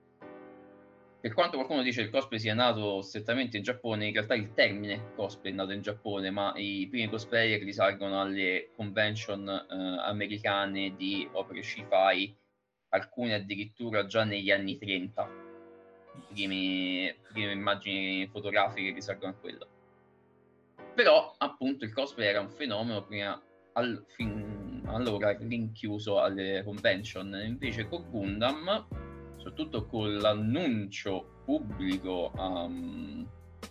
Per quanto qualcuno dice che il cosplay sia nato strettamente in Giappone, in realtà il termine cosplay è nato in Giappone, ma i primi cosplayer risalgono alle convention eh, americane di opere sci-fi, alcune addirittura già negli anni trenta. Prime, prime immagini fotografiche risalgono a quello. Però appunto il cosplay era un fenomeno prima al, fin allora rinchiuso alle convention. Invece con Gundam, soprattutto con l'annuncio pubblico um,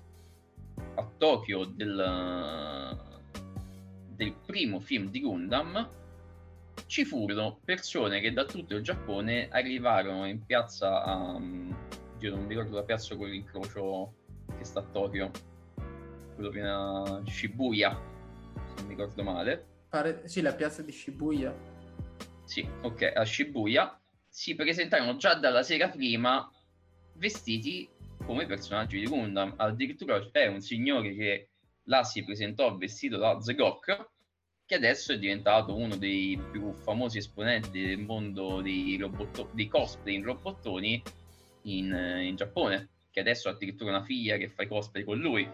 a Tokyo del, del primo film di Gundam, ci furono persone che da tutto il Giappone arrivarono in piazza um, io non mi ricordo la piazza con l'incrocio che sta a Tokyo, quello fino a Shibuya, se non mi ricordo male. Pare, sì, la piazza di Shibuya. Sì, ok, a Shibuya si presentarono già dalla sera prima vestiti come personaggi di Gundam. Addirittura c'è un signore che là si presentò vestito da The Gok, che adesso è diventato uno dei più famosi esponenti del mondo dei, robotto- dei cosplay in robottoni in, in Giappone, che adesso ha addirittura una figlia che fa i cosplay con lui.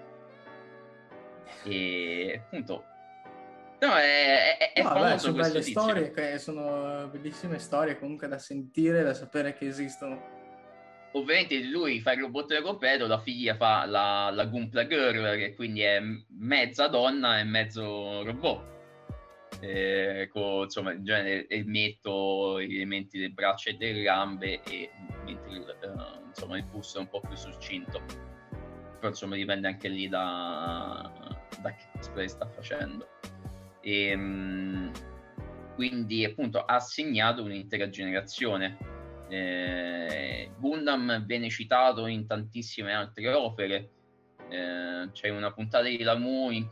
E appunto no, è, è, è no, famoso. Beh, sono questo belle tizio. storie, che sono bellissime storie comunque da sentire, da sapere che esistono. Ovviamente lui fa il robottone completo, la figlia fa la, la Gunpla Girl, che quindi è mezza donna e mezzo robot, eh, con insomma in genere elmetto, gli elementi delle braccia e delle gambe, e mentre il, uh, insomma il busto è un po' più succinto. Però insomma dipende anche lì da, da che cosplay sta facendo. E, um, quindi appunto ha segnato un'intera generazione. eh, Gundam viene citato in tantissime altre opere. eh, c'è una puntata di Lamu in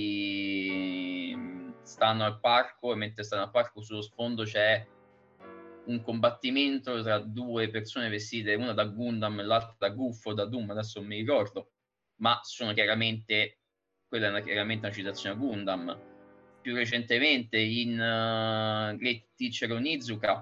cui stanno al parco, e mentre stanno al parco sullo sfondo c'è un combattimento tra due persone vestite, una da Gundam e l'altra da Goof o da Doom, adesso non mi ricordo, ma sono chiaramente, quella è una, chiaramente una citazione a Gundam. Più recentemente in uh, Great Teacher Onizuka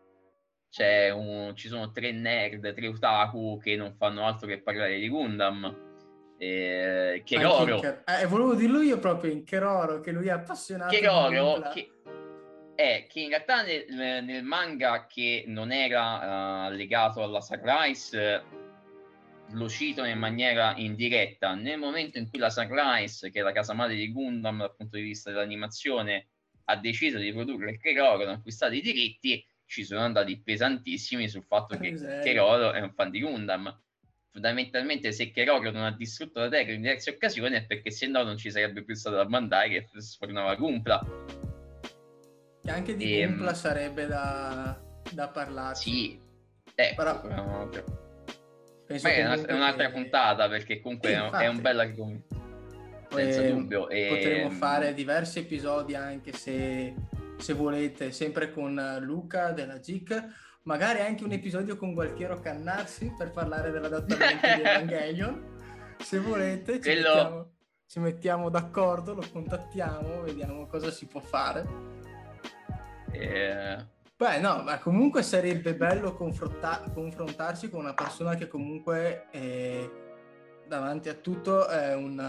c'è un, ci sono tre nerd, tre otaku che non fanno altro che parlare di Gundam. Eh, Keroro, Ker- eh, volevo dirlo io proprio in Keroro, che lui è appassionato Keroro di che è che in realtà nel, nel manga, che non era uh, legato alla Sunrise, lo citano in maniera indiretta. Nel momento in cui la Sunrise, che è la casa madre di Gundam dal punto di vista dell'animazione, ha deciso di produrre il Keroro, hanno acquistato i diritti, ci sono andati pesantissimi sul fatto che Keroro è un fan di Gundam. Fondamentalmente, se Keroro non ha distrutto la Terra in diverse occasioni è perché se no non ci sarebbe più stato la Bandai che sfornava Gunpla. E anche di e, Gunpla sarebbe da, da parlare. Sì, ecco, però no, penso è, una, è un'altra che... puntata, perché comunque sì, è un bel argomento, senza e, dubbio. E... Potremo fare diversi episodi, anche se, se volete, sempre con Luca della G I C, magari anche un episodio con Gualtiero Cannarsi per parlare dell'adattamento di Evangelion. Se volete ci, Quello... mettiamo, ci mettiamo d'accordo, lo contattiamo, vediamo cosa si può fare. Eh... Beh no, ma comunque sarebbe bello confronta- confrontarsi con una persona che comunque è, davanti a tutto è un,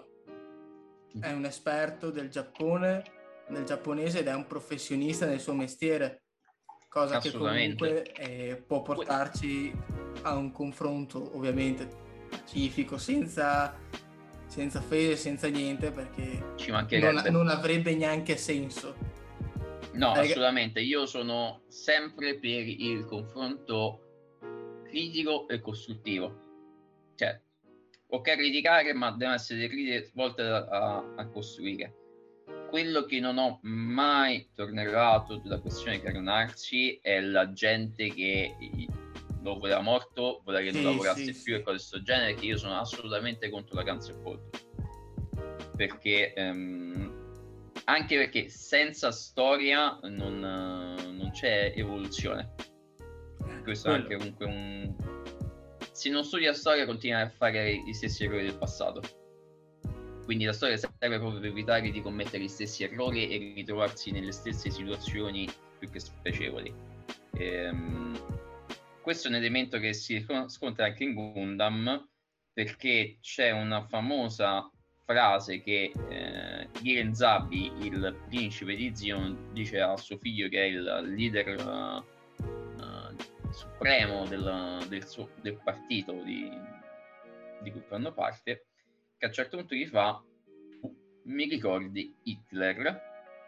è un esperto del Giappone, del giapponese, ed è un professionista nel suo mestiere, cosa che comunque eh, può portarci a un confronto ovviamente pacifico, senza, senza offese, senza niente, perché ci mancherebbe. Non, non avrebbe neanche senso. No, perché... assolutamente, io sono sempre per il confronto critico e costruttivo. Cioè, ok criticare, ma devono essere critiche volte a, a, a costruire. Quello che non ho mai tolerato della questione Caronarsi è la gente che dopo era morto vuole che sì, non lavorasse sì, più sì. E cose di questo genere, che io sono assolutamente contro la cancel culture. Perché... Um, anche perché senza storia non, non c'è evoluzione. Questo è anche comunque un... Se non studi la storia continui a fare gli stessi errori del passato. Quindi la storia serve proprio per evitare di commettere gli stessi errori e ritrovarsi nelle stesse situazioni più che spiacevoli. Ehm, questo è un elemento che si scontra anche in Gundam, perché c'è una famosa frase che eh, Jiren Zabi, il principe di Zion, dice a suo figlio, che è il leader uh, uh, supremo del, del, suo, del partito di, di cui fanno parte, che a un certo punto gli fa: mi ricordi Hitler?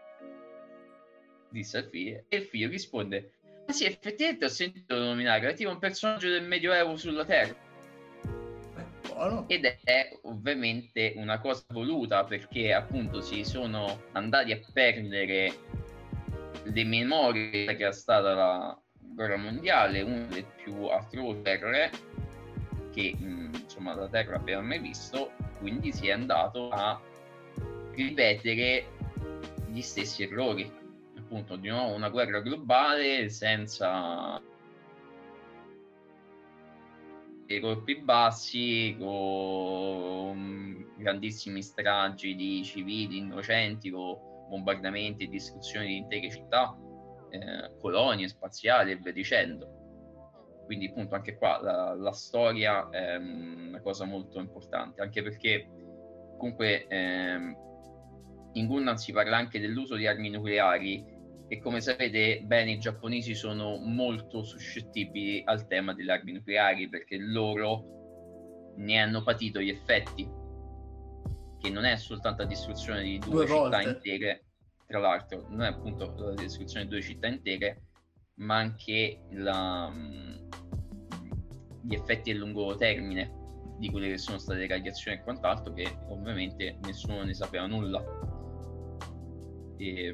Disse al figlio, e il figlio risponde: ah sì, effettivamente ho sentito nominare, è tipo un personaggio del Medioevo sulla Terra. Ed è ovviamente una cosa voluta, perché appunto si sono andati a perdere le memorie che è stata la guerra mondiale, una delle più atroci guerre che mh, insomma la Terra abbia mai visto, quindi si è andato a ripetere gli stessi errori, appunto di nuovo una guerra globale senza i colpi bassi, con grandissimi stragi di civili innocenti, con bombardamenti e distruzioni di intere città, eh, colonie spaziali e via dicendo. Quindi appunto anche qua la, la storia è una cosa molto importante, anche perché comunque ehm, in Gundam si parla anche dell'uso di armi nucleari, e come sapete bene i giapponesi sono molto suscettibili al tema delle armi nucleari, perché loro ne hanno patito gli effetti, che non è soltanto la distruzione di due, due città volte. intere, tra l'altro non è appunto la distruzione di due città intere, ma anche la, gli effetti a lungo termine di quelle che sono state le radiazioni e quant'altro, che ovviamente nessuno ne sapeva nulla. E,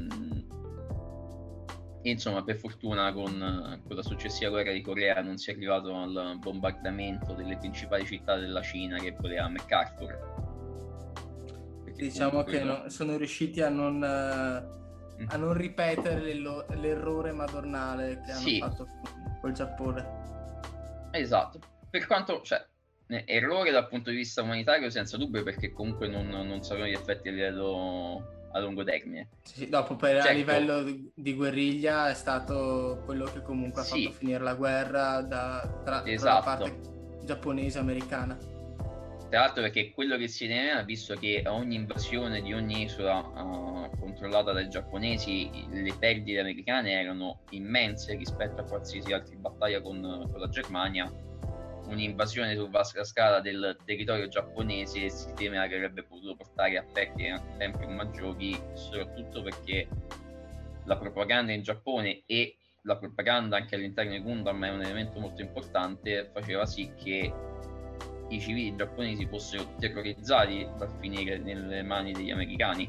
e insomma, per fortuna con, con la successiva guerra di Corea non si è arrivato al bombardamento delle principali città della Cina che voleva MacArthur. Diciamo che no, sono riusciti a non, uh, a non ripetere l'errore madornale che sì. hanno fatto col Giappone. Esatto, per quanto, cioè, errore dal punto di vista umanitario senza dubbio, perché comunque non, non sapevano gli effetti a livello a lungo termine. Sì, dopo per, certo. A livello di, di guerriglia è stato quello che comunque sì. ha fatto finire la guerra da, tra, esatto. tra la parte giapponese e americana. Tra l'altro perché quello che si temeva, visto che a ogni invasione di ogni isola uh, controllata dai giapponesi le perdite americane erano immense rispetto a qualsiasi altra battaglia con, con la Germania, un'invasione su vasta scala del territorio giapponese si temeva che avrebbe potuto portare a perdite a tempi maggiori, soprattutto perché la propaganda in Giappone e la propaganda anche all'interno di Gundam è un elemento molto importante, faceva sì che i civili giapponesi fossero terrorizzati dal finire nelle mani degli americani.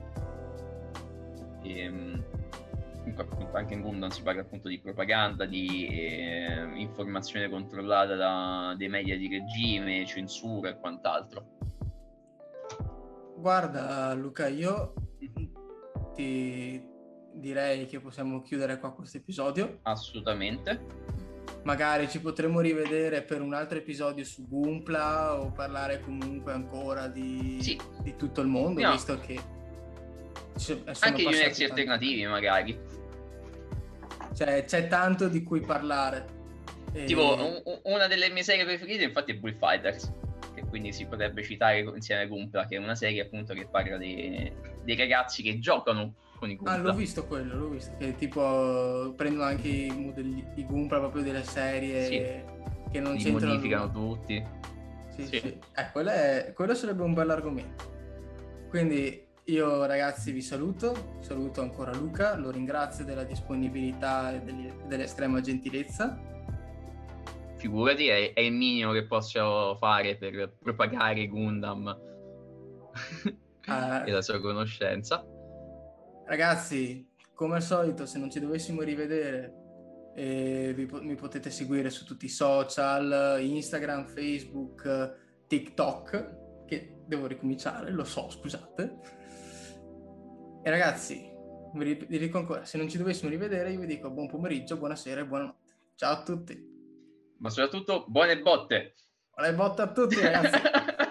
E, comunque appunto anche in Gundam si parla appunto di propaganda, di eh, informazione controllata da dei media di regime, censura e quant'altro. Guarda Luca, io ti direi che possiamo chiudere qua questo episodio. Assolutamente. Magari ci potremo rivedere per un altro episodio su Gunpla o parlare comunque ancora di, sì. di tutto il mondo, no. Visto che sono anche gli universi alternativi magari. Cioè c'è tanto di cui parlare. Tipo e... un, una delle mie serie preferite infatti è Bullfighters, che quindi si potrebbe citare insieme a Gunpla, che è una serie appunto che parla dei, dei ragazzi che giocano con i Gunpla. Ah, l'ho visto quello, l'ho visto, che tipo prendono anche i modelli i Gunpla proprio delle serie sì. Che non li c'entrano. Li modificano tutti. Sì, sì. sì. Eh, quello, è, quello sarebbe un bel argomento. Quindi io ragazzi vi saluto, saluto ancora Luca, lo ringrazio della disponibilità e dell'estrema gentilezza. Figurati, è, è il minimo che posso fare per propagare Gundam uh, e la sua conoscenza. Ragazzi, come al solito, se non ci dovessimo rivedere, eh, vi, mi potete seguire su tutti i social, Instagram, Facebook, TikTok, che devo ricominciare, lo so, scusate. E ragazzi, vi dico ancora, se non ci dovessimo rivedere, io vi dico buon pomeriggio, buonasera e buonanotte. Ciao a tutti. Ma soprattutto buone botte. Buone botte a tutti, ragazzi.